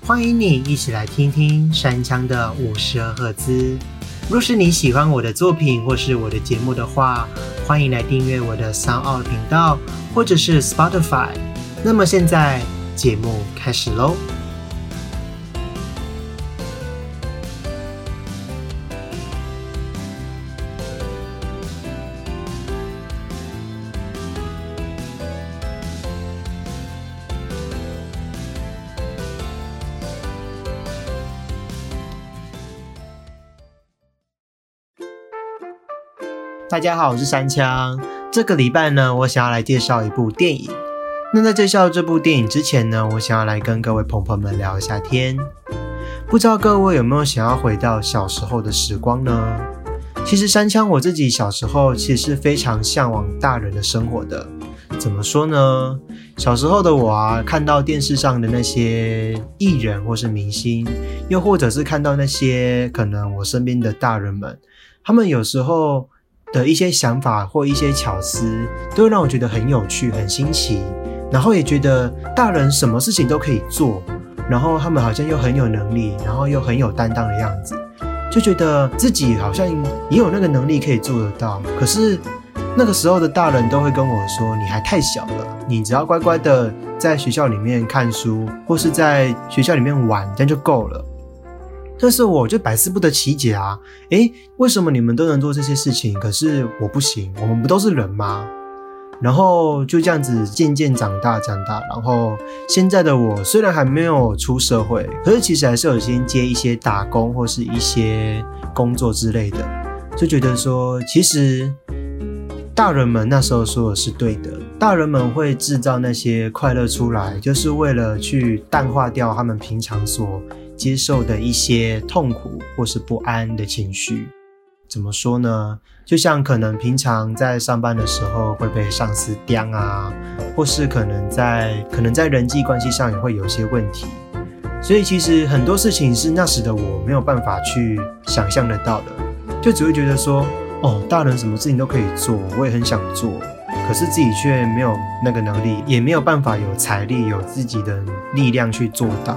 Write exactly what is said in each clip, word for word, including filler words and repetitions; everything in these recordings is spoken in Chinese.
欢迎你一起来听听山羌的五十二赫兹。若是你喜欢我的作品或是我的节目的话，欢迎来订阅我的 SoundOut 频道或者是 Spotify。那么现在节目开始咯。大家好，我是山羌。这个礼拜呢，我想要来介绍一部电影。那在介绍这部电影之前呢，我想要来跟各位朋友们聊一下天。不知道各位有没有想要回到小时候的时光呢？其实山羌我自己小时候其实是非常向往大人的生活的。怎么说呢？小时候的我啊，看到电视上的那些艺人或是明星，又或者是看到那些可能我身边的大人们，他们有时候的一些想法或一些巧思，都会让我觉得很有趣很新奇，然后也觉得大人什么事情都可以做，然后他们好像又很有能力，然后又很有担当的样子，就觉得自己好像也有那个能力可以做得到。可是那个时候的大人都会跟我说，你还太小了，你只要乖乖的在学校里面看书或是在学校里面玩，这样就够了。但是我就百思不得其解啊，诶，为什么你们都能做这些事情，可是我不行？我们不都是人吗？然后就这样子渐渐长大长大，然后现在的我虽然还没有出社会，可是其实还是有先接一些打工或是一些工作之类的，就觉得说其实大人们那时候说的是对的，大人们会制造那些快乐出来，就是为了去淡化掉他们平常所接受的一些痛苦或是不安的情绪。怎么说呢？就像可能平常在上班的时候会被上司刁啊，或是可能在可能在人际关系上也会有一些问题。所以其实很多事情是那时的我没有办法去想象得到的，就只会觉得说，哦，大人什么事情都可以做，我也很想做，可是自己却没有那个能力，也没有办法有财力有自己的力量去做到。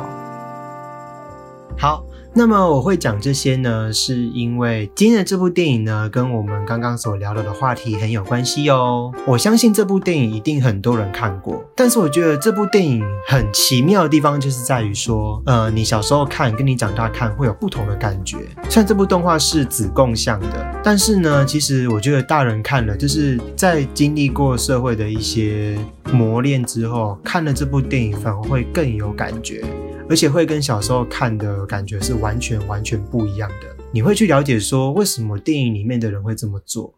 好，那么我会讲这些呢，是因为今天的这部电影呢，跟我们刚刚所聊到的话题很有关系哦。我相信这部电影一定很多人看过，但是我觉得这部电影很奇妙的地方就是在于说，呃，你小时候看跟你长大看会有不同的感觉。虽然这部动画是子共享的，但是呢，其实我觉得大人看了，就是在经历过社会的一些磨练之后，看了这部电影反而会更有感觉。而且会跟小时候看的感觉是完全完全不一样的，你会去了解说为什么电影里面的人会这么做。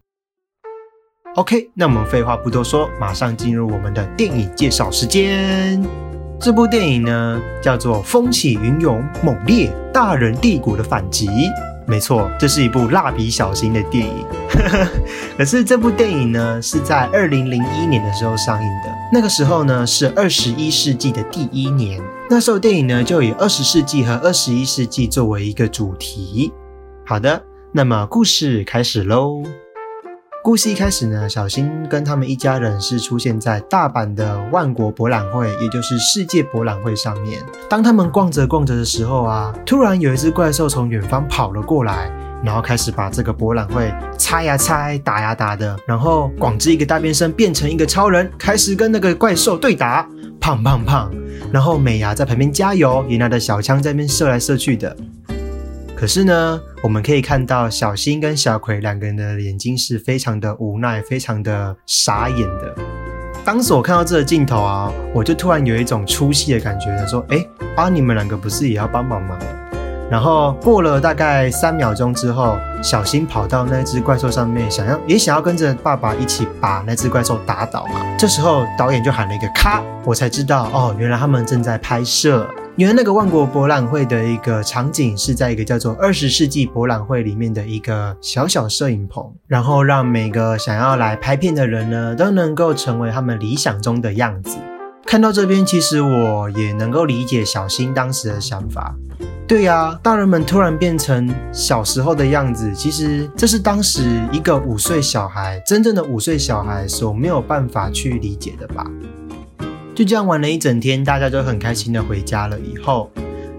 OK， 那我们废话不多说，马上进入我们的电影介绍时间。这部电影呢叫做风起云涌猛烈大人帝国的反击。没错，这是一部蜡笔小新的电影可是这部电影呢是在二零零一年的时候上映的，那个时候呢是二十一世纪的第一年，那时候电影呢就以二十世纪和二十一世纪作为一个主题。好的，那么故事开始咯。故事一开始呢，小新跟他们一家人是出现在大阪的万国博览会，也就是世界博览会上面。当他们逛着逛着的时候啊，突然有一只怪兽从远方跑了过来，然后开始把这个博览会拆呀拆打呀打的，然后广志一个大变身变成一个超人，开始跟那个怪兽对打，胖胖胖。然后美伢在旁边加油，也拿着小枪在那边射来射去的。可是呢，我们可以看到小新跟小葵两个人的眼睛是非常的无奈，非常的傻眼的。当时我看到这个镜头啊，我就突然有一种出戏的感觉，说诶啊，你们两个不是也要帮忙吗？然后过了大概三秒钟之后，小新跑到那只怪兽上面，想要也想要跟着爸爸一起把那只怪兽打倒嘛。这时候导演就喊了一个咔，我才知道哦，原来他们正在拍摄。因为那个万国博览会的一个场景是在一个叫做二十世纪博览会里面的一个小小摄影棚，然后让每个想要来拍片的人呢，都能够成为他们理想中的样子。看到这边，其实我也能够理解小新当时的想法。对啊，大人们突然变成小时候的样子，其实这是当时一个五岁小孩，真正的五岁小孩所没有办法去理解的吧。就这样玩了一整天，大家都很开心的回家了以后，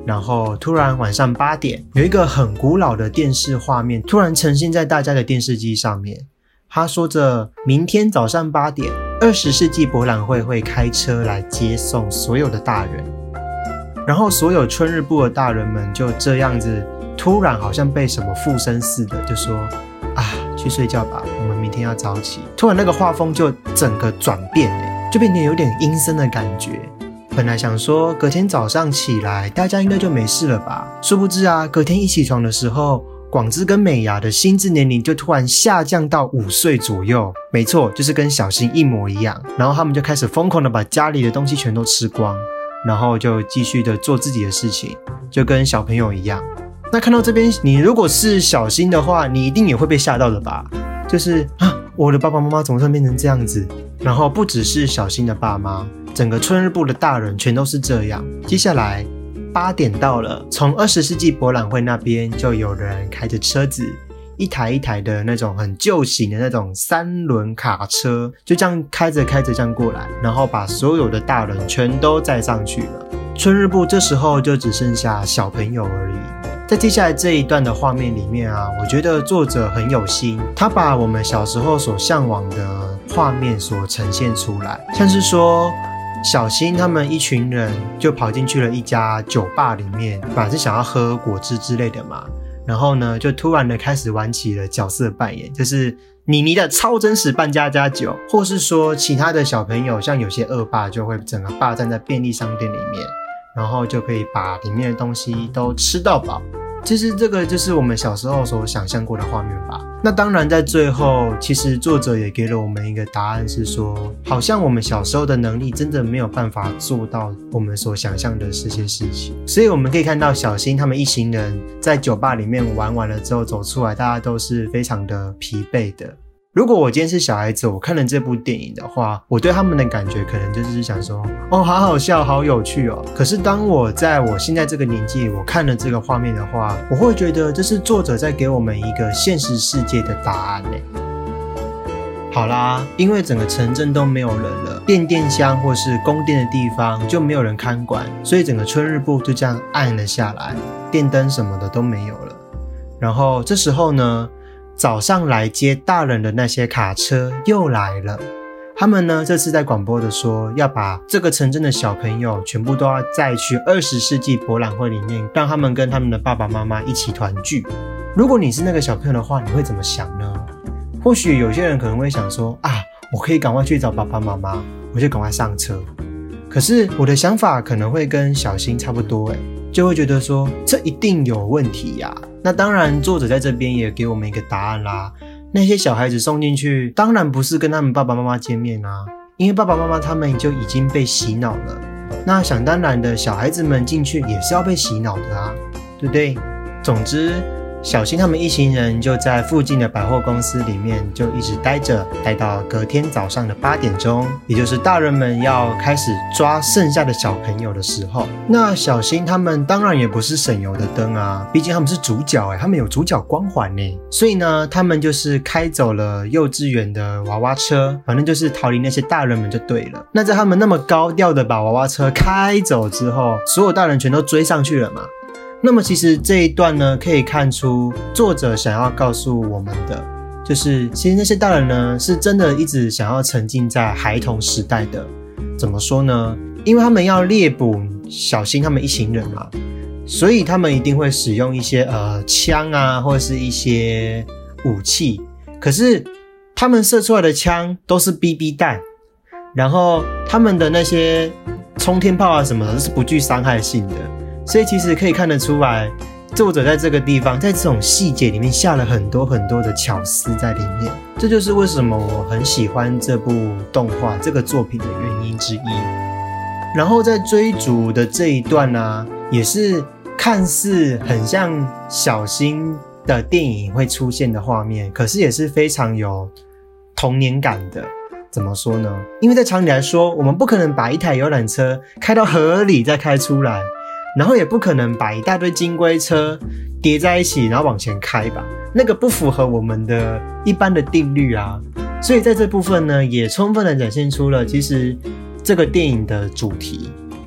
然后突然晚上八点，有一个很古老的电视画面突然呈现在大家的电视机上面。他说着明天早上八点，二十世纪博览会会开车来接送所有的大人。然后所有春日部的大人们就这样子突然好像被什么附身似的，就说啊，去睡觉吧，我们明天要早起。突然那个画风就整个转变耶，就变得有点阴森的感觉。本来想说隔天早上起来大家应该就没事了吧，殊不知啊，隔天一起床的时候，广志跟美雅的心智年龄就突然下降到五岁左右。没错，就是跟小新一模一样。然后他们就开始疯狂的把家里的东西全都吃光，然后就继续的做自己的事情，就跟小朋友一样。那看到这边，你如果是小新的话，你一定也会被吓到的吧？就是啊，我的爸爸妈妈怎么突然变成这样子？然后不只是小新的爸妈，整个春日部的大人全都是这样。接下来八点到了，从二十世纪博览会那边就有人开着车子，一台一台的那种很旧型的那种三轮卡车，就这样开着开着这样过来，然后把所有的大人全都载上去了。春日部这时候就只剩下小朋友而已。在接下来这一段的画面里面啊，我觉得作者很有心，他把我们小时候所向往的画面所呈现出来，像是说小新他们一群人就跑进去了一家酒吧里面，本来是想要喝果汁之类的嘛，然后呢就突然的开始玩起了角色扮演，就是妮妮的超真实扮家家酒，或是说其他的小朋友，像有些恶霸就会整个霸占在便利商店里面，然后就可以把里面的东西都吃到饱。其实这个就是我们小时候所想象过的画面吧。那当然在最后，其实作者也给了我们一个答案，是说好像我们小时候的能力真的没有办法做到我们所想象的这些事情。所以我们可以看到小新他们一行人在酒吧里面玩完了之后走出来，大家都是非常的疲惫的。如果我今天是小孩子，我看了这部电影的话，我对他们的感觉可能就是想说，哦，好好笑，好有趣哦。可是当我在我现在这个年纪，我看了这个画面的话，我会觉得这是作者在给我们一个现实世界的答案耶。好啦，因为整个城镇都没有人了，变电箱或是供电的地方就没有人看管，所以整个春日部就这样暗了下来，电灯什么的都没有了。然后这时候呢，早上来接大人的那些卡车又来了，他们呢这次在广播的说要把这个城镇的小朋友全部都要载去二十世纪博览会里面，让他们跟他们的爸爸妈妈一起团聚。如果你是那个小朋友的话，你会怎么想呢？或许有些人可能会想说啊，我可以赶快去找爸爸妈妈，我就赶快上车。可是我的想法可能会跟小新差不多耶，就会觉得说这一定有问题呀、啊。那当然作者在这边也给我们一个答案啦，那些小孩子送进去当然不是跟他们爸爸妈妈见面啊，因为爸爸妈妈他们就已经被洗脑了，那想当然的小孩子们进去也是要被洗脑的啊，对不对？总之小新他们一行人就在附近的百货公司里面就一直待着，待到隔天早上的八点钟，也就是大人们要开始抓剩下的小朋友的时候。那小新他们当然也不是省油的灯啊，毕竟他们是主角耶，他们有主角光环耶，所以呢他们就是开走了幼稚园的娃娃车，反正就是逃离那些大人们就对了。那在他们那么高调的把娃娃车开走之后，所有大人全都追上去了嘛。那么其实这一段呢，可以看出作者想要告诉我们的，就是其实那些大人呢，是真的一直想要沉浸在孩童时代的。怎么说呢？因为他们要猎捕小新他们一行人嘛，所以他们一定会使用一些呃枪啊，或者是一些武器。可是他们射出来的枪都是 B B 弹，然后他们的那些冲天炮啊什么的是不具伤害性的。所以其实可以看得出来，作者在这个地方在这种细节里面下了很多很多的巧思在里面，这就是为什么我很喜欢这部动画这个作品的原因之一。然后在追逐的这一段啊，也是看似很像小新的电影会出现的画面，可是也是非常有童年感的。怎么说呢？因为在常理来说，我们不可能把一台游览车开到河里再开出来，然后也不可能把一大堆金龟车叠在一起然后往前开吧，那个不符合我们的一般的定律啊。所以在这部分呢，也充分的展现出了其实这个电影的主题，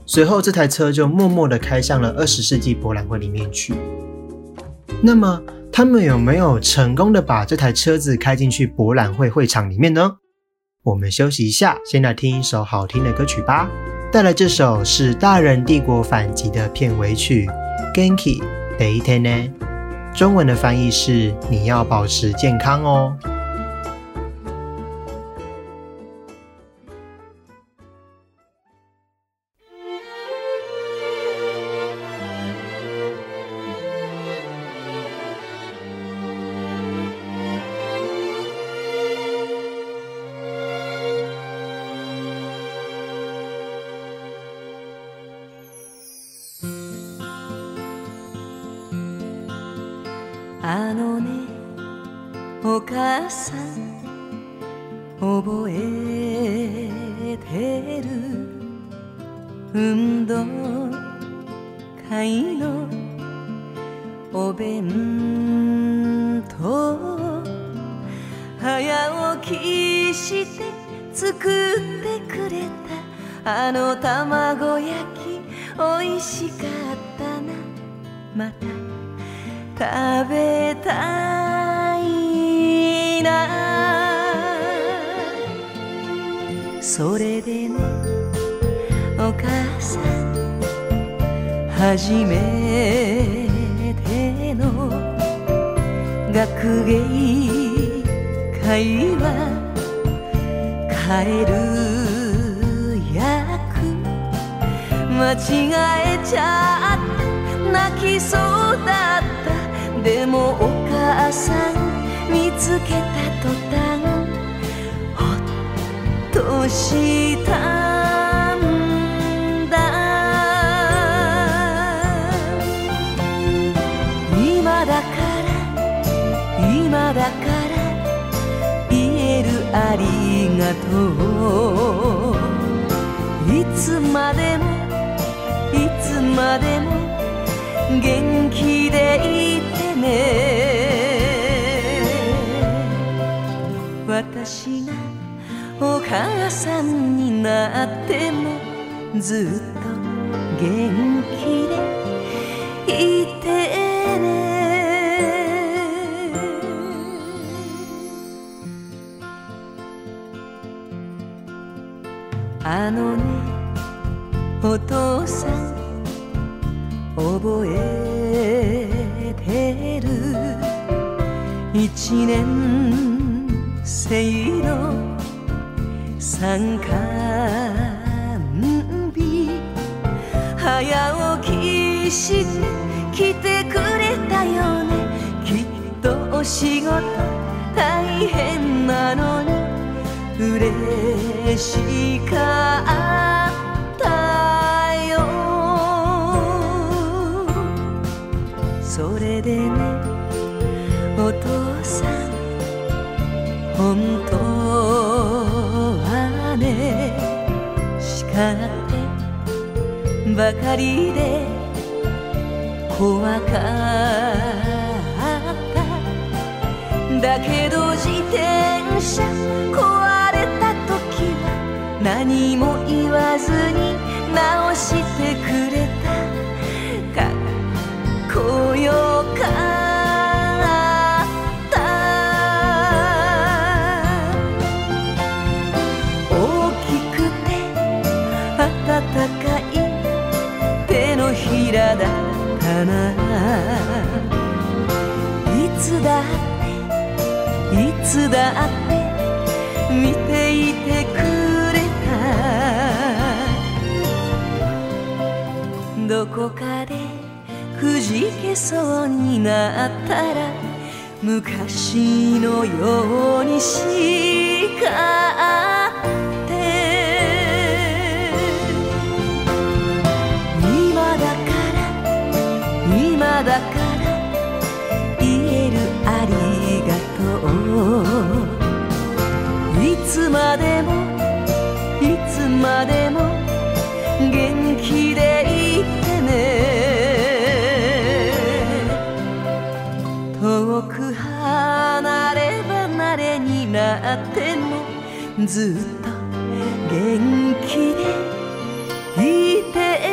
随后这台车就默默地开向了二十世纪博览会里面去。那么他们有没有成功的把这台车子开进去博览会会场里面呢？我们休息一下，先来听一首好听的歌曲吧。带来这首是大人帝国反击的片尾曲 Genki Deite ne， 中文的翻译是你要保持健康哦。 あのねお母さん覚えてる運動会のお弁当早起きして作ってくれたあの卵焼きおいしかったなまた食べたいなそれでねお母さん初めての学芸会は帰る役間違えちゃって泣きそうだったでもお母さん見つけた途端ほっとしたんだ今だから今だから言えるありがとういつまでもいつまでも元気でいてね私がお母さんになってもずっと元気でいてねあのねお父さん覚えてる一年生の参観日早起きして来てくれたよねきっとお仕事大変なのに嬉しかったよそれでねお父さん本当はね叱ってばかりで怖かっただけど自転車壊れた時は何も言わずに直してくれたかっこよかった大きくて温かい手のひらだったないつだっていつだって見ていてくれたどこかでくじけそうになったら昔のように叱って今だから今だから言えるありがとういつまでもいつまでも元気でいてね遠く離れ離れになってもずっと元気でいて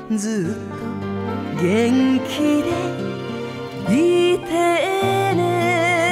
ずっと元気でいてね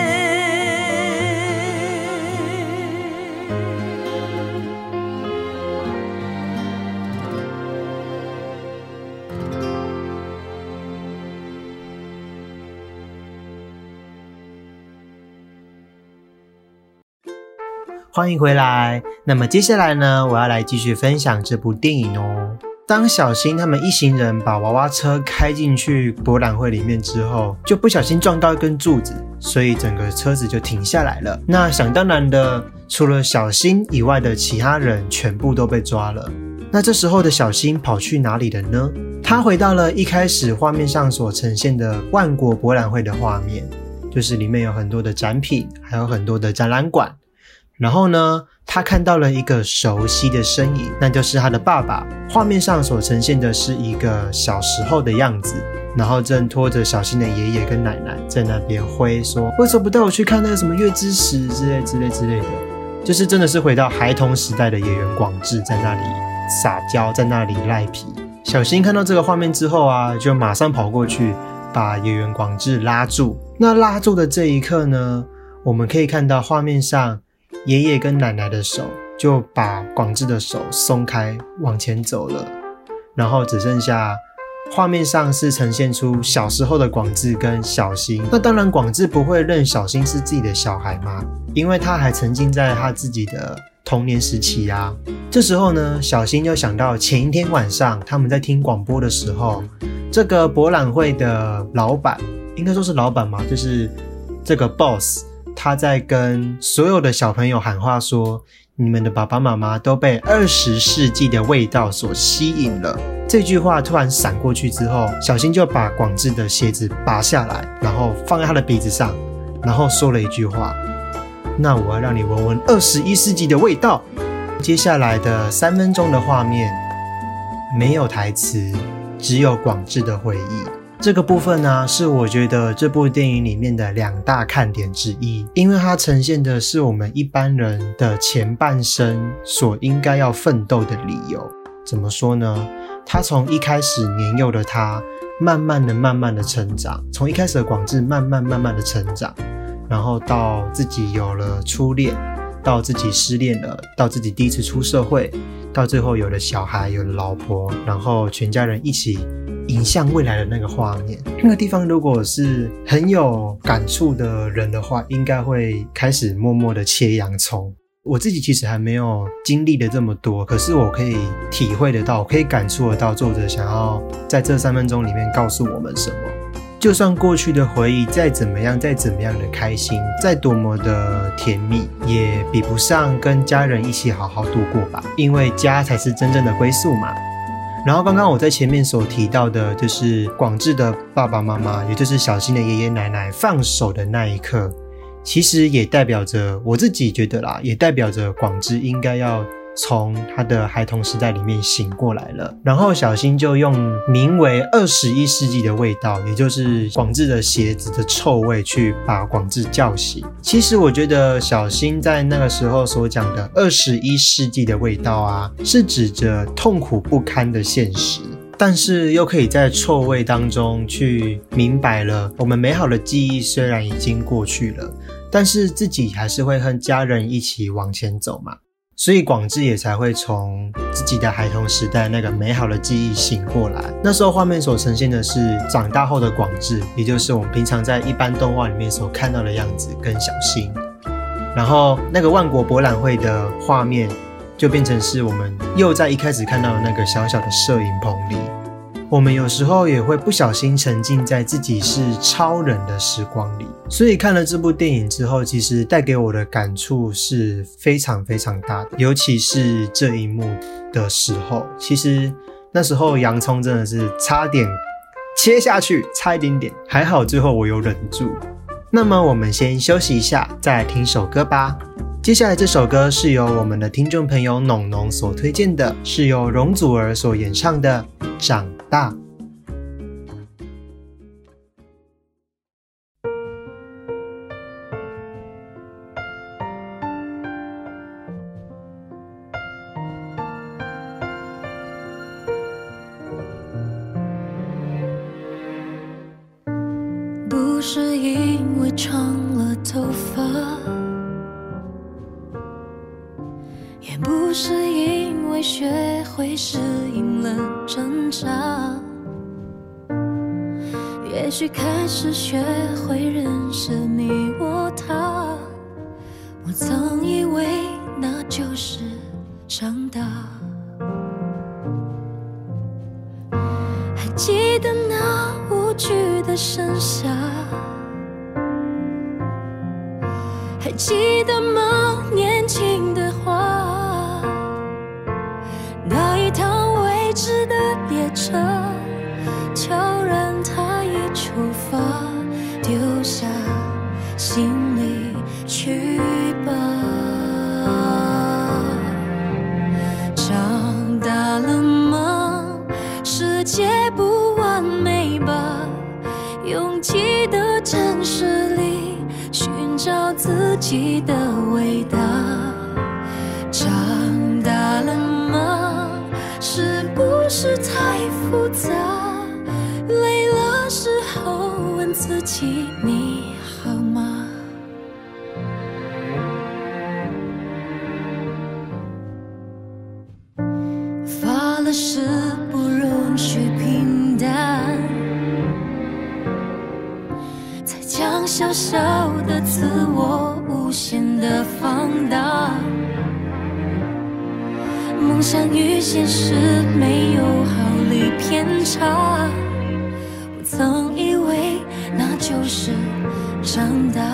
欢迎回来。那么接下来呢，我要来继续分享这部电影哦。当小新他们一行人把娃娃车开进去博览会里面之后，就不小心撞到一根柱子，所以整个车子就停下来了。那想当然的，除了小新以外的其他人全部都被抓了。那这时候的小新跑去哪里了呢？他回到了一开始画面上所呈现的万国博览会的画面，就是里面有很多的展品，还有很多的展览馆。然后呢，他看到了一个熟悉的身影，那就是他的爸爸。画面上所呈现的是一个小时候的样子，然后正拖着小新的爷爷跟奶奶在那边挥说，为什么不带我去看那个什么月之石之类之类之类的，就是真的是回到孩童时代的野原广志在那里撒娇，在那里赖皮。小新看到这个画面之后啊，就马上跑过去把野原广志拉住。那拉住的这一刻呢，我们可以看到画面上爷爷跟奶奶的手就把广志的手松开往前走了，然后只剩下画面上是呈现出小时候的广志跟小新。那当然广志不会认小新是自己的小孩嘛，因为他还沉浸在他自己的童年时期啊。这时候呢，小新就想到前一天晚上他们在听广播的时候，这个博览会的老板，应该说是老板嘛，就是这个 boss，他在跟所有的小朋友喊话说，你们的爸爸妈妈都被二十世纪的味道所吸引了。这句话突然闪过去之后，小新就把广志的鞋子拔下来，然后放在他的鼻子上，然后说了一句话，那我要让你闻闻二十一世纪的味道。接下来的三分钟的画面没有台词，只有广志的回忆。这个部分呢，是我觉得这部电影里面的两大看点之一，因为它呈现的是我们一般人的前半生所应该要奋斗的理由。怎么说呢？他从一开始年幼的他，慢慢的慢慢的成长，从一开始的广志慢慢慢慢的成长，然后到自己有了初恋，到自己失恋了，到自己第一次出社会，到最后有了小孩，有了老婆，然后全家人一起迎向未来的那个画面。那个地方如果是很有感触的人的话，应该会开始默默的切洋葱。我自己其实还没有经历的这么多，可是我可以体会得到，我可以感触得到作者想要在这三分钟里面告诉我们什么。就算过去的回忆再怎么样，再怎么样的开心，再多么的甜蜜，也比不上跟家人一起好好度过吧，因为家才是真正的归宿嘛。然后刚刚我在前面所提到的，就是广志的爸爸妈妈，也就是小新的爷爷奶奶放手的那一刻，其实也代表着，我自己觉得啦，也代表着广志应该要从他的孩童时代里面醒过来了。然后小新就用名为二十一世纪的味道，也就是广志的鞋子的臭味，去把广志叫醒。其实我觉得小新在那个时候所讲的二十一世纪的味道啊，是指着痛苦不堪的现实，但是又可以在臭味当中去明白了，我们美好的记忆虽然已经过去了，但是自己还是会和家人一起往前走嘛。所以广志也才会从自己的孩童时代那个美好的记忆醒过来。那时候画面所呈现的是长大后的广志，也就是我们平常在一般动画里面所看到的样子跟小新。然后那个万国博览会的画面就变成是我们又在一开始看到的那个小小的摄影棚里。我们有时候也会不小心沉浸在自己是超人的时光里，所以看了这部电影之后，其实带给我的感触是非常非常大的，尤其是这一幕的时候，其实那时候洋葱真的是差点切下去，差一点点，还好最后我有忍住。那么我们先休息一下，再来听首歌吧。接下来这首歌是由我们的听众朋友农农所推荐的，是由容祖儿所演唱的《长大》。 不是因为长了头发，也不是因为学会适应了挣扎，也许开始学会认识你我他，我曾以为那就是长大。还记得那无惧的盛夏，还记得吗？年轻的花，那一趟未知的列车，悄然它已出发，丢下行李去吧。长大了吗？世界不完美吧？拥挤的城市里寻找自己的伟大。长大了吗？是不是太复杂？累了时候问自己你好吗？发了誓不容许平淡，才将小小的自我无限的放大。梦想与现实没有毫厘偏差，我曾以为那就是长大。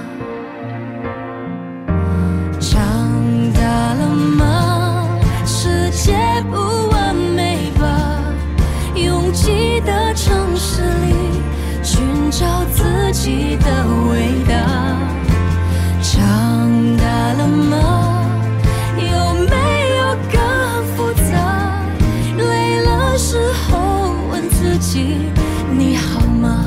长大了吗？世界不完美吧？拥挤的城市里寻找自己的伟大。长大了吗？有没有更复杂？累了时候问自己你好吗？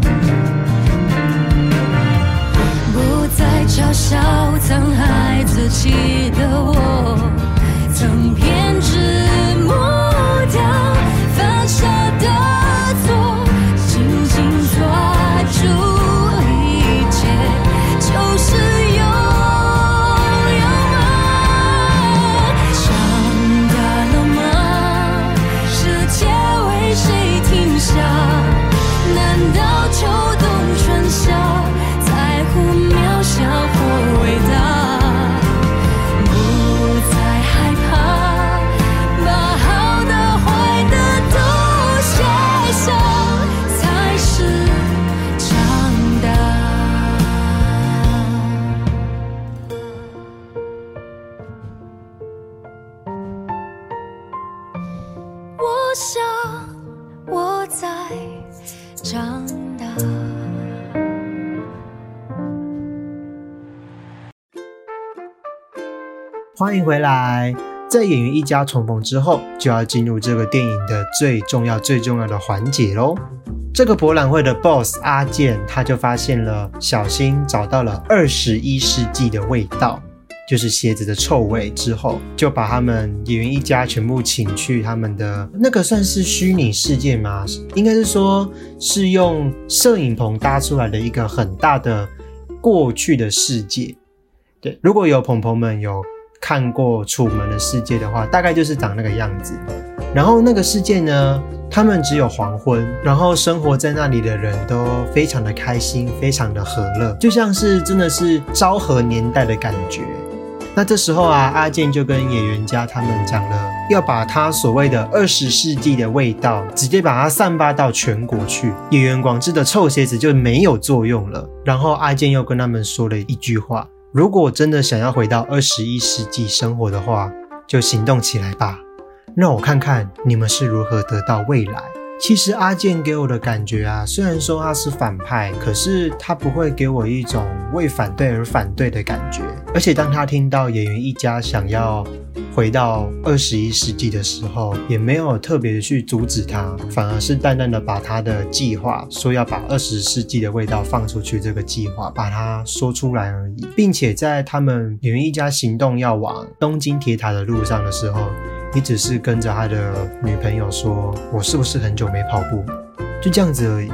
不再嘲笑曾爱自己的我，曾偏执抹掉犯下的错，紧紧抓住一切，就是拥有吗？长大了吗？世界为谁停下？难道秋冬春夏，在乎渺小或伟大？我想我在长大。 欢迎回来。在演员一家重逢之后，就要进入这个电影的最重要最重要的环节咯。这个博览会的 boss 阿健，他就发现了小新找到了二十一世纪的味道，就是鞋子的臭味，之后就把他们演员一家全部请去他们的那个算是虚拟世界吗？应该是说是用摄影棚搭出来的一个很大的过去的世界。对，如果有朋朋们有看过楚门的世界的话，大概就是长那个样子。然后那个世界呢，他们只有黄昏，然后生活在那里的人都非常的开心，非常的和乐，就像是真的是昭和年代的感觉。那这时候啊，阿健就跟野原家他们讲了，要把他所谓的二十世纪的味道直接把它散发到全国去，野原广志的臭鞋子就没有作用了。然后阿健又跟他们说了一句话，如果真的想要回到二十一世纪生活的话，就行动起来吧，让我看看你们是如何得到未来。其实阿健给我的感觉啊，虽然说他是反派，可是他不会给我一种为反对而反对的感觉。而且当他听到演员一家想要回到二十一世纪的时候，也没有特别的去阻止他，反而是淡淡的把他的计划，说要把二十世纪的味道放出去这个计划把它说出来而已。并且在他们演员一家行动要往东京铁塔的路上的时候，也只是跟着他的女朋友说，我是不是很久没跑步，就这样子而已。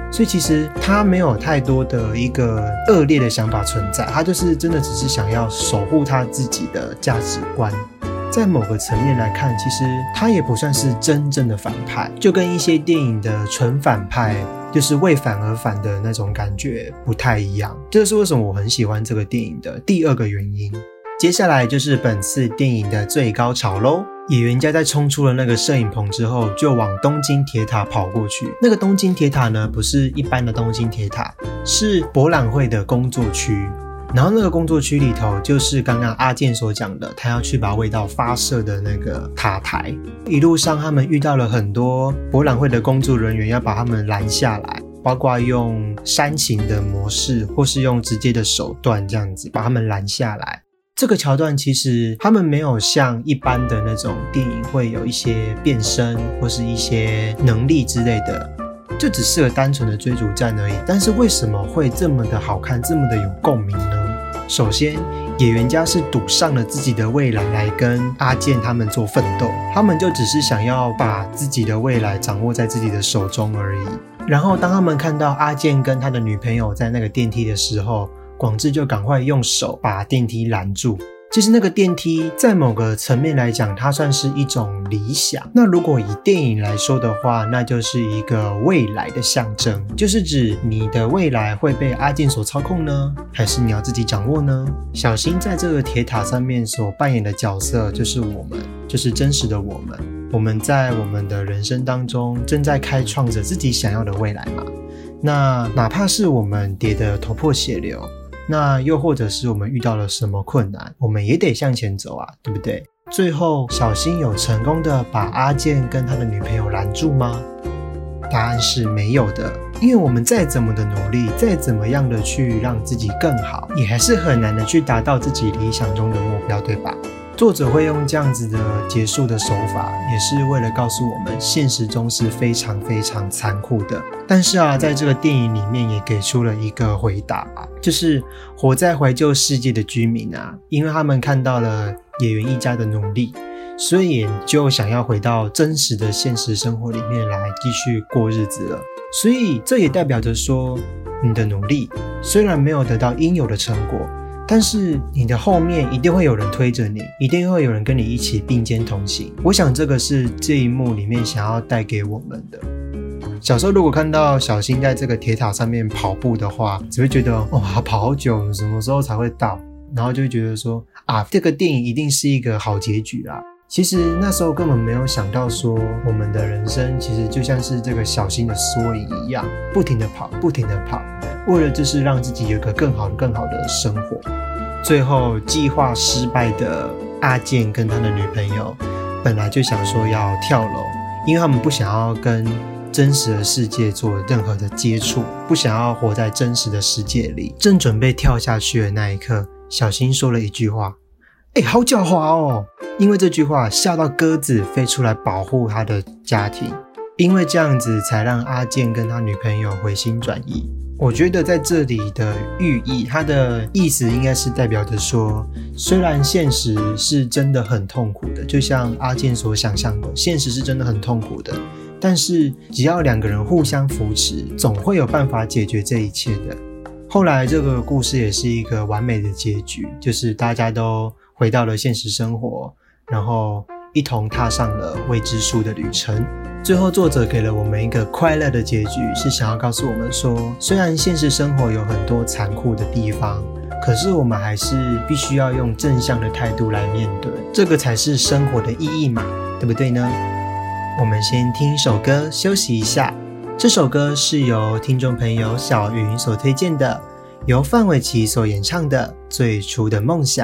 所以其实他没有太多的一个恶劣的想法存在，他就是真的只是想要守护他自己的价值观。在某个层面来看，其实他也不算是真正的反派，就跟一些电影的纯反派就是为反而反的那种感觉不太一样。这是为什么我很喜欢这个电影的第二个原因。接下来就是本次电影的最高潮咯，野原家在冲出了那个摄影棚之后，就往东京铁塔跑过去。那个东京铁塔呢，不是一般的东京铁塔，是博览会的工作区。然后那个工作区里头，就是刚刚阿健所讲的，他要去把味道发射的那个塔台。一路上他们遇到了很多博览会的工作人员，要把他们拦下来，包括用煽情的模式，或是用直接的手段这样子把他们拦下来。这个桥段其实他们没有像一般的那种电影会有一些变身或是一些能力之类的，就只是个单纯的追逐战而已。但是为什么会这么的好看，这么的有共鸣呢？首先，野原家是赌上了自己的未来来跟阿健他们做奋斗，他们就只是想要把自己的未来掌握在自己的手中而已。然后当他们看到阿健跟他的女朋友在那个电梯的时候，广志就赶快用手把电梯拦住。其实那个电梯在某个层面来讲，它算是一种理想。那如果以电影来说的话，那就是一个未来的象征，就是指你的未来会被阿健所操控呢，还是你要自己掌握呢？小新在这个铁塔上面所扮演的角色就是我们，就是真实的我们。我们在我们的人生当中正在开创着自己想要的未来嘛。那哪怕是我们跌得头破血流，那又或者是我们遇到了什么困难，我们也得向前走啊，对不对？最后小新有成功的把阿健跟他的女朋友拦住吗？答案是没有的，因为我们再怎么的努力，再怎么样的去让自己更好，也还是很难的去达到自己理想中的目标，对吧？作者会用这样子的结束的手法，也是为了告诉我们现实中是非常非常残酷的。但是啊，在这个电影里面也给出了一个回答啊，就是活在怀旧世界的居民啊，因为他们看到了野原一家的努力，所以也就想要回到真实的现实生活里面来继续过日子了。所以这也代表着说，你的努力虽然没有得到应有的成果，但是你的后面一定会有人推着你，一定会有人跟你一起并肩同行。我想这个是这一幕里面想要带给我们的。小时候如果看到小新在这个铁塔上面跑步的话，只会觉得哇、哦，跑好久，什么时候才会到？然后就会觉得说啊，这个电影一定是一个好结局啦。其实那时候根本没有想到说，我们的人生其实就像是这个小新的缩影一样，不停的跑，不停的跑，为了就是让自己有一个更好的、更好的生活。最后计划失败的阿健跟他的女朋友，本来就想说要跳楼，因为他们不想要跟真实的世界做任何的接触，不想要活在真实的世界里。正准备跳下去的那一刻，小新说了一句话，哎、欸，好狡猾哦！因为这句话吓到鸽子飞出来保护他的家庭，因为这样子才让阿健跟他女朋友回心转意。我觉得在这里的寓意，它的意思应该是代表着说，虽然现实是真的很痛苦的，就像阿健所想象的，现实是真的很痛苦的，但是只要两个人互相扶持，总会有办法解决这一切的。后来这个故事也是一个完美的结局，就是大家都回到了现实生活，然后一同踏上了未知数的旅程。最后作者给了我们一个快乐的结局，是想要告诉我们说，虽然现实生活有很多残酷的地方，可是我们还是必须要用正向的态度来面对，这个才是生活的意义嘛，对不对呢？我们先听一首歌休息一下，这首歌是由听众朋友小云所推荐的，由范玮琪所演唱的《最初的梦想》。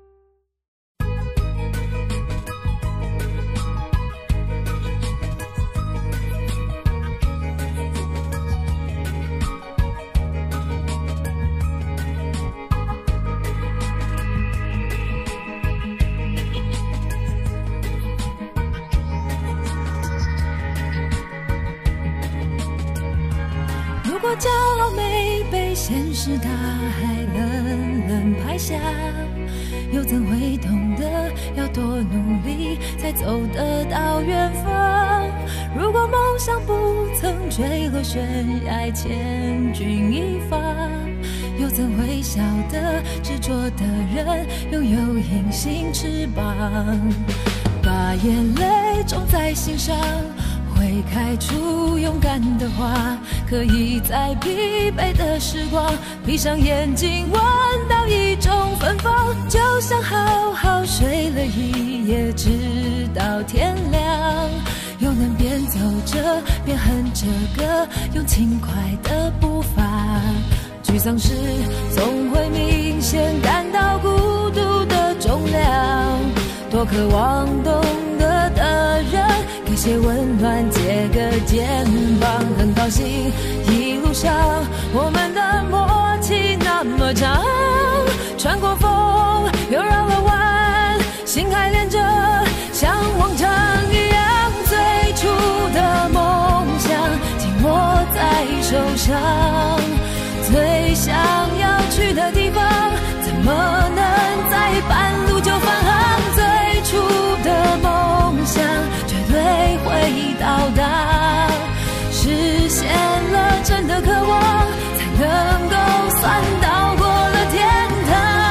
骄傲没被现实大海冷冷拍下，又怎会懂得要多努力才走得到远方？如果梦想不曾坠落悬崖，千钧一发。又怎会晓得执着的人拥有隐形翅膀？把眼泪种在心上，会开出勇敢的花，可以在疲惫的时光闭上眼睛，闻到一种芬芳，就像好好睡了一夜，直到天亮。又能边走着边哼着歌，用轻快的步伐。沮丧时总会明显感到孤独的重量，多渴望懂得的人给些温暖，借个肩膀。很高兴一路上我们的默契那么长，穿过风又绕了弯，心还连着像往常一样，最初的梦想紧握在手上，最想要去的地方怎么能在半路就返航？最初的梦想绝对会到达，实现了真的渴望，才能够算到过了天堂。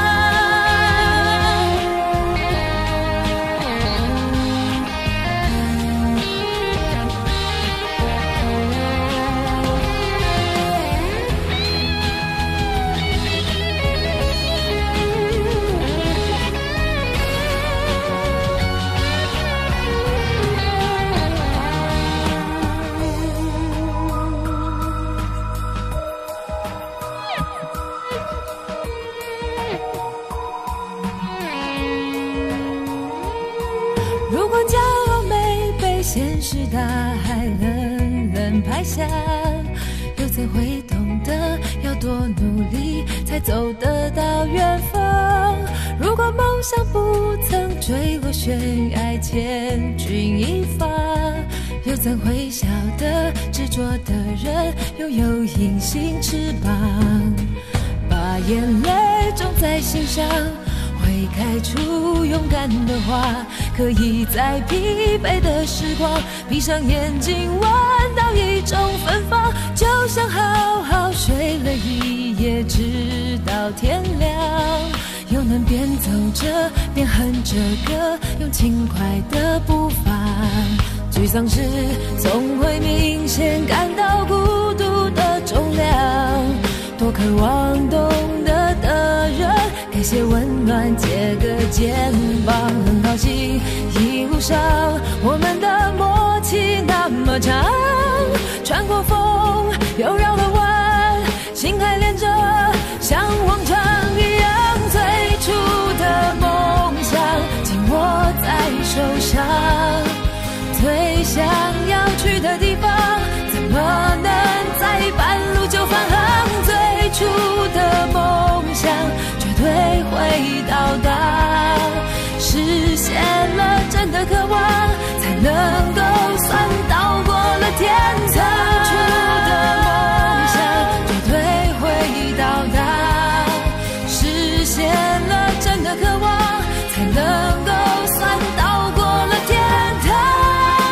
如果骄傲没被现实大海冷冷拍下，又怎会懂得要多努力才走得到远方？如果梦想不曾坠落悬崖，千钧一发，又怎会晓得执着的人拥有隐形翅膀？把眼泪种在心上，会开出勇敢的花，可以在疲惫的时光闭上眼睛，闻到一种芬芳，就像好好睡了一夜，直到天亮。又能边走着边哼着歌，用轻快的步伐。沮丧时总会明显感到孤独的重量，多渴望懂得的人给些温暖，借个肩膀。很高兴一路上我们的默契那么长，穿过风又绕了弯，心还连着像往常一样，最初的梦想紧握在手上，最想要去的地方怎么能在半路就返航？最初的梦想绝对会到达，实现了真的渴望，才能够算到过了天堂。最初的梦想绝对会到达，实现了真的渴望，才能够算到过了天堂。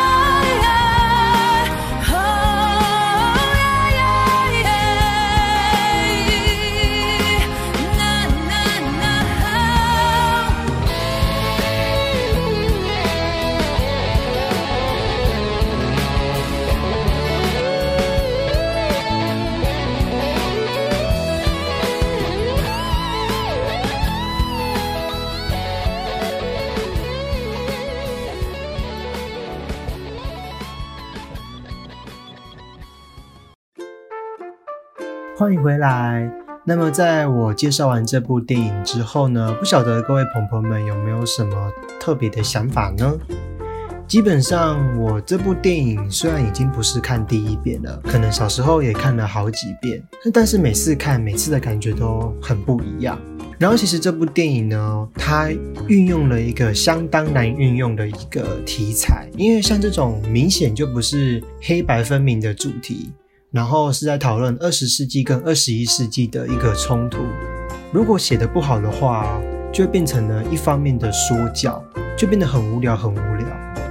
欢迎回来。那么在我介绍完这部电影之后呢，不晓得各位朋友们有没有什么特别的想法呢？基本上我这部电影虽然已经不是看第一遍了，可能小时候也看了好几遍，但是每次看每次的感觉都很不一样。然后其实这部电影呢，它运用了一个相当难运用的一个题材，因为像这种明显就不是黑白分明的主题，然后是在讨论二十世纪跟二十一世纪的一个冲突，如果写得不好的话，就会变成了一方面的说教，就变得很无聊很无聊。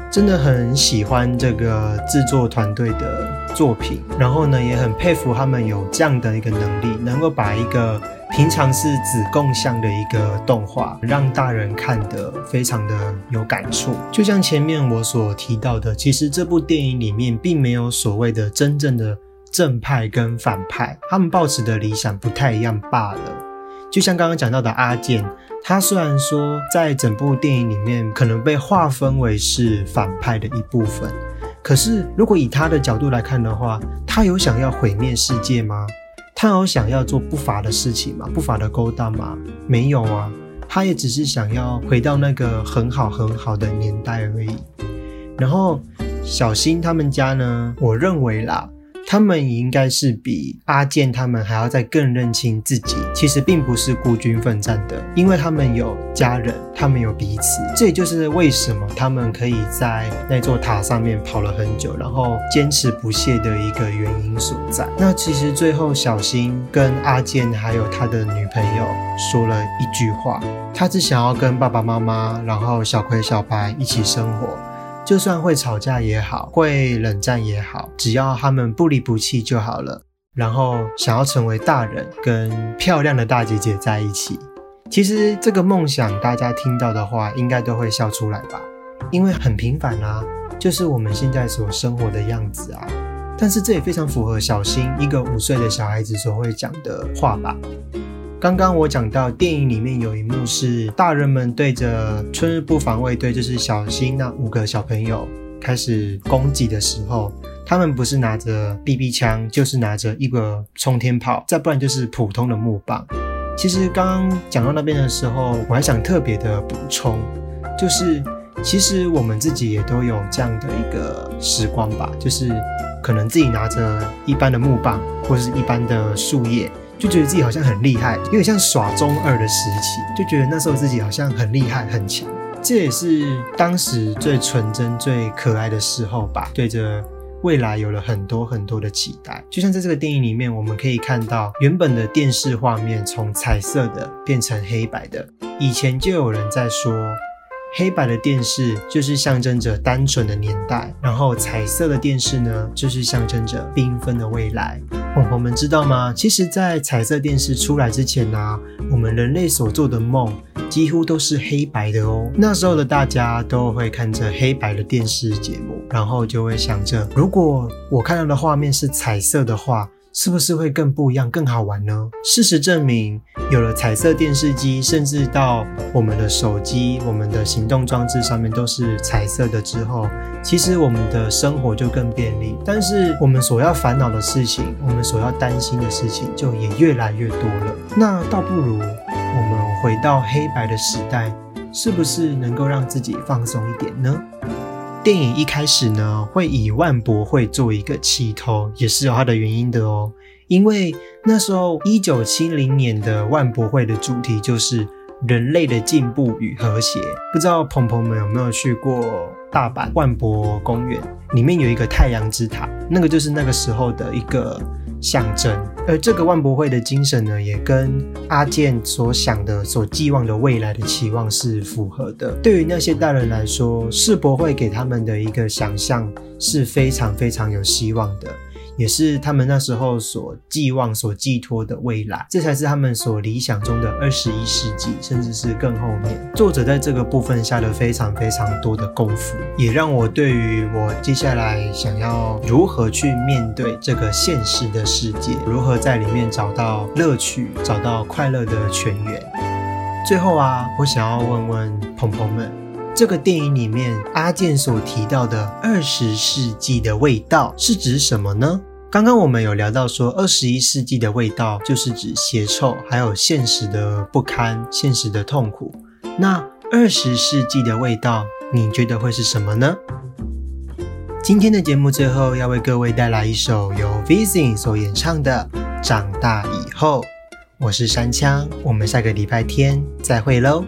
真的很喜欢这个制作团队的作品，然后呢，也很佩服他们有这样的一个能力，能够把一个平常是子贡像的一个动画，让大人看得非常的有感触。就像前面我所提到的，其实这部电影里面并没有所谓的真正的正派跟反派，他们抱持的理想不太一样罢了。就像刚刚讲到的阿健，他虽然说在整部电影里面可能被划分为是反派的一部分，可是如果以他的角度来看的话，他有想要毁灭世界吗？他有想要做不法的事情吗？不法的勾当吗？没有啊，他也只是想要回到那个很好很好的年代而已。然后小新他们家呢，我认为啦，他们应该是比阿健他们还要再更认清自己其实并不是孤军奋战的，因为他们有家人，他们有彼此。这也就是为什么他们可以在那座塔上面跑了很久，然后坚持不懈的一个原因所在。那其实最后小新跟阿健还有他的女朋友说了一句话，他只想要跟爸爸妈妈然后小葵小白一起生活，就算会吵架也好，会冷战也好，只要他们不离不弃就好了。然后想要成为大人，跟漂亮的大姐姐在一起。其实这个梦想大家听到的话应该都会笑出来吧，因为很平凡啊，就是我们现在所生活的样子啊。但是这也非常符合小新一个五岁的小孩子所会讲的话吧。刚刚我讲到电影里面有一幕是大人们对着春日部防卫队，就是小新那五个小朋友开始攻击的时候，他们不是拿着 B B 枪，就是拿着一个冲天炮，再不然就是普通的木棒。其实刚刚讲到那边的时候，我还想特别的补充，就是其实我们自己也都有这样的一个时光吧，就是可能自己拿着一般的木棒或是一般的树叶，就觉得自己好像很厉害，有点像耍中二的时期，就觉得那时候自己好像很厉害很强。这也是当时最纯真最可爱的时候吧，对着未来有了很多很多的期待。就像在这个电影里面，我们可以看到原本的电视画面从彩色的变成黑白的。以前就有人在说，黑白的电视就是象征着单纯的年代，然后彩色的电视呢，就是象征着缤纷的未来。朋友们知道吗？其实在彩色电视出来之前啊，我们人类所做的梦几乎都是黑白的哦。那时候的大家都会看着黑白的电视节目，然后就会想着，如果我看到的画面是彩色的话，是不是会更不一样更好玩呢？事实证明，有了彩色电视机，甚至到我们的手机，我们的行动装置上面都是彩色的之后，其实我们的生活就更便利，但是我们所要烦恼的事情，我们所要担心的事情就也越来越多了。那倒不如我们回到黑白的时代，是不是能够让自己放松一点呢？电影一开始呢，会以万博会作为一个起头，也是有它的原因的哦。因为那时候一九七零年的万博会的主题就是人类的进步与和谐。不知道朋朋们有没有去过大阪万博公园，里面有一个太阳之塔，那个就是那个时候的一个象征。而这个万博会的精神呢，也跟阿健所想的所寄望的未来的期望是符合的。对于那些大人来说，世博会给他们的一个想象是非常非常有希望的，也是他们那时候所寄望所寄托的未来，这才是他们所理想中的二十一世纪，甚至是更后面。作者在这个部分下了非常非常多的功夫，也让我对于我接下来想要如何去面对这个现实的世界，如何在里面找到乐趣，找到快乐的泉源。最后啊，我想要问问朋朋们，这个电影里面阿健所提到的二十世纪的味道是指什么呢？刚刚我们有聊到说二十一世纪的味道就是指血臭，还有现实的不堪，现实的痛苦。那二十世纪的味道你觉得会是什么呢？今天的节目最后要为各位带来一首由 Vizing 所演唱的《长大以后》。我是山枪，我们下个礼拜天再会咯。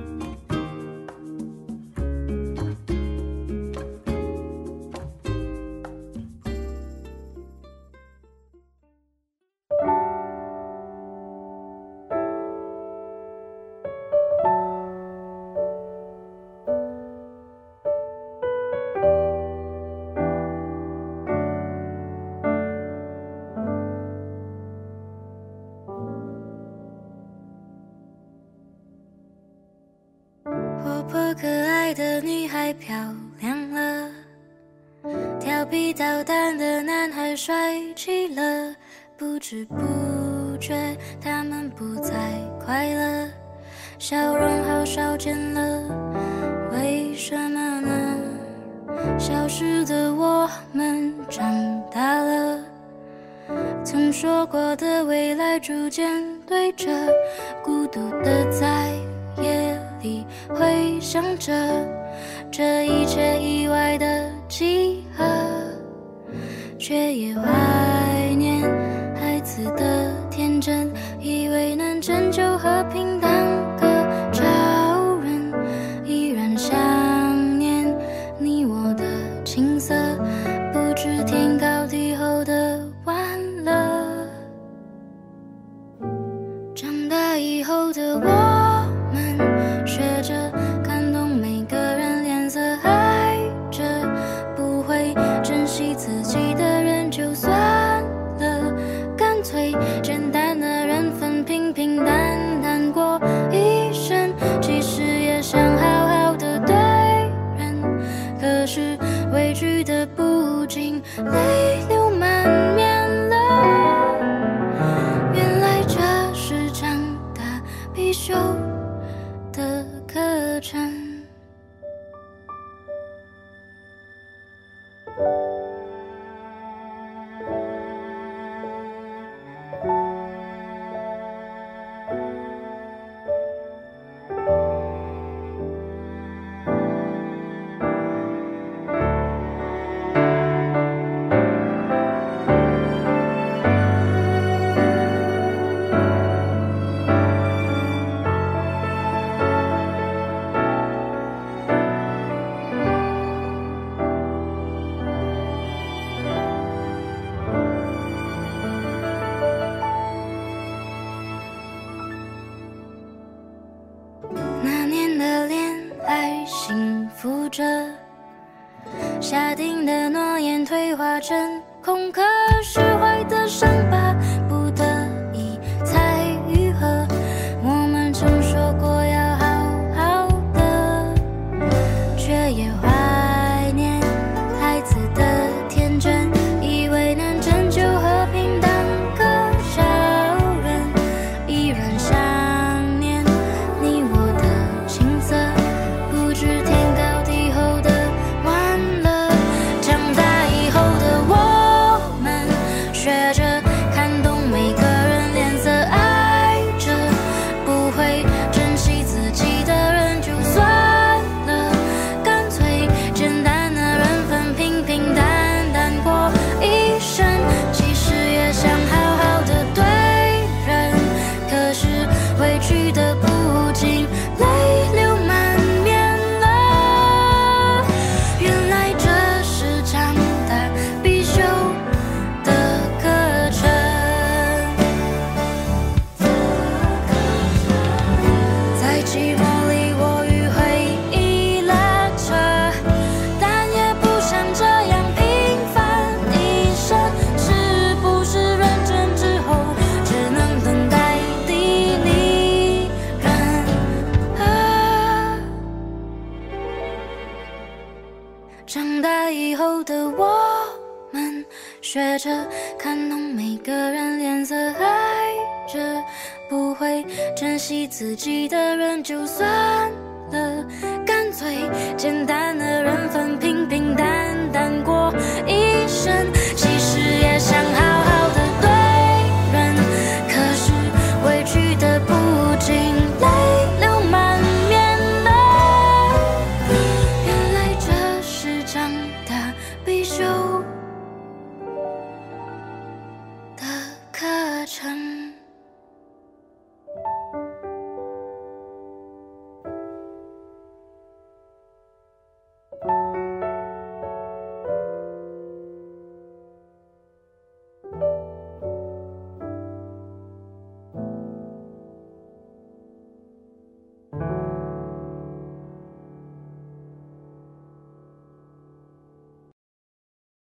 太漂亮了，调皮捣蛋的男孩帅气了，不知不觉他们不再快乐，笑容好少见了，为什么呢？消失的我们长大了，曾说过的未来逐渐对着，孤独的在夜里回想着这一切意外的集合，却也怀念孩子的天真，以为能拯救和平当个超人，依然想念你我的青涩，不知天高地厚的晚了。长大以后的我们学着看懂每个人脸色，爱着不会珍惜自己的人就算了，干脆简单的人分平平淡淡过一生，其实也想好好的对人，可是委屈的不禁泪流满面了，原来这是长大必修的课程。那年的恋爱幸福着，下定的诺言退化成空壳，释怀的伤疤不得已才愈合，我们曾说过要好好的，却也怀念孩子的天真，以为能拯救和平当个超人，依然想念你我的青涩，不知天高地厚的晚了。长大以后的我们学着看懂每个人脸色，爱着不会珍惜自己的人就算了，干脆简单的人分平平淡淡过一生，其实也想好好的对人，可是委屈的不禁泪流满面了，原来这是长大必修的课程。在寂寞里我与回忆拉扯，但也不想这样平凡一生，是不是认真之后只能等待地利人和？长大以后的我们学着看懂每个人脸色，爱着不会珍惜自己的人就算了，干脆简单的人分平平淡淡过一生，其实也想好好的对人，可是委屈的不禁泪流满面了，原来这是长大必修的课程。